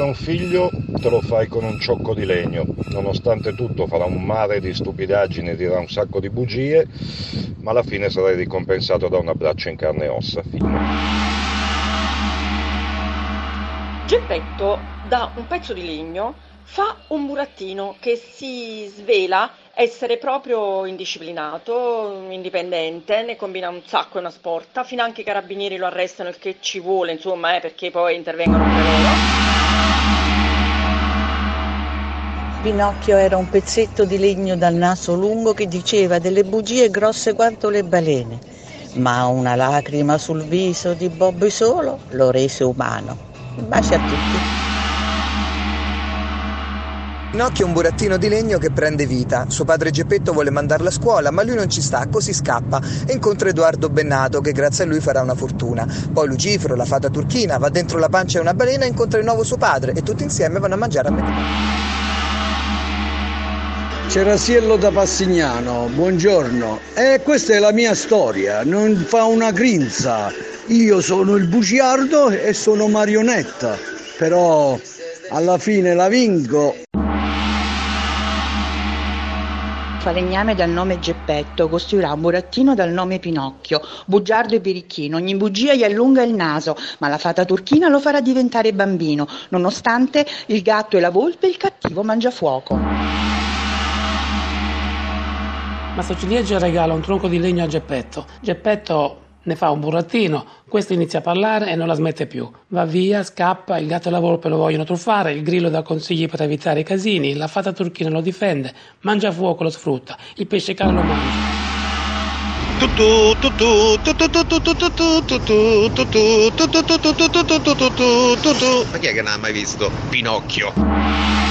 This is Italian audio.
un figlio te lo fai con un ciocco di legno, nonostante tutto farà un mare di stupidaggini, dirà un sacco di bugie, ma alla fine sarai ricompensato da un abbraccio in carne e ossa. Fine. Geppetto da un pezzo di legno fa un burattino che si svela essere proprio indisciplinato, indipendente, ne combina un sacco e una sporta, finanche i carabinieri lo arrestano, il che ci vuole, insomma, perché poi intervengono per loro. Pinocchio era un pezzetto di legno dal naso lungo che diceva delle bugie grosse quanto le balene, ma una lacrima sul viso di Bobby solo lo rese umano. Baci a tutti. Pinocchio è un burattino di legno che prende vita. Suo padre Geppetto vuole mandarlo a scuola, ma lui non ci sta, così scappa e incontra Edoardo Bennato, che grazie a lui farà una fortuna. Poi Lucifero, la fata turchina, va dentro la pancia di una balena e incontra di nuovo suo padre e tutti insieme vanno a mangiare a metà. Cerasiello da Passignano, buongiorno. Questa è la mia storia, non fa una grinza. Io sono il bugiardo e sono marionetta, però alla fine la vinco. Falegname dal nome Geppetto costruirà un burattino dal nome Pinocchio, bugiardo e birichino, ogni bugia gli allunga il naso, ma la fata turchina lo farà diventare bambino, nonostante il gatto e la volpe il cattivo mangiafuoco. Mastro Ciliegio regala un tronco di legno a Geppetto. Geppetto ne fa un burattino, questo inizia a parlare e non la smette più. Va via, scappa, il gatto e la volpe lo vogliono truffare, il grillo dà consigli per evitare i casini, la fata turchina lo difende, Mangiafuoco lo sfrutta, il pesce cane lo mangia. Ma chi è che non ha mai visto Pinocchio?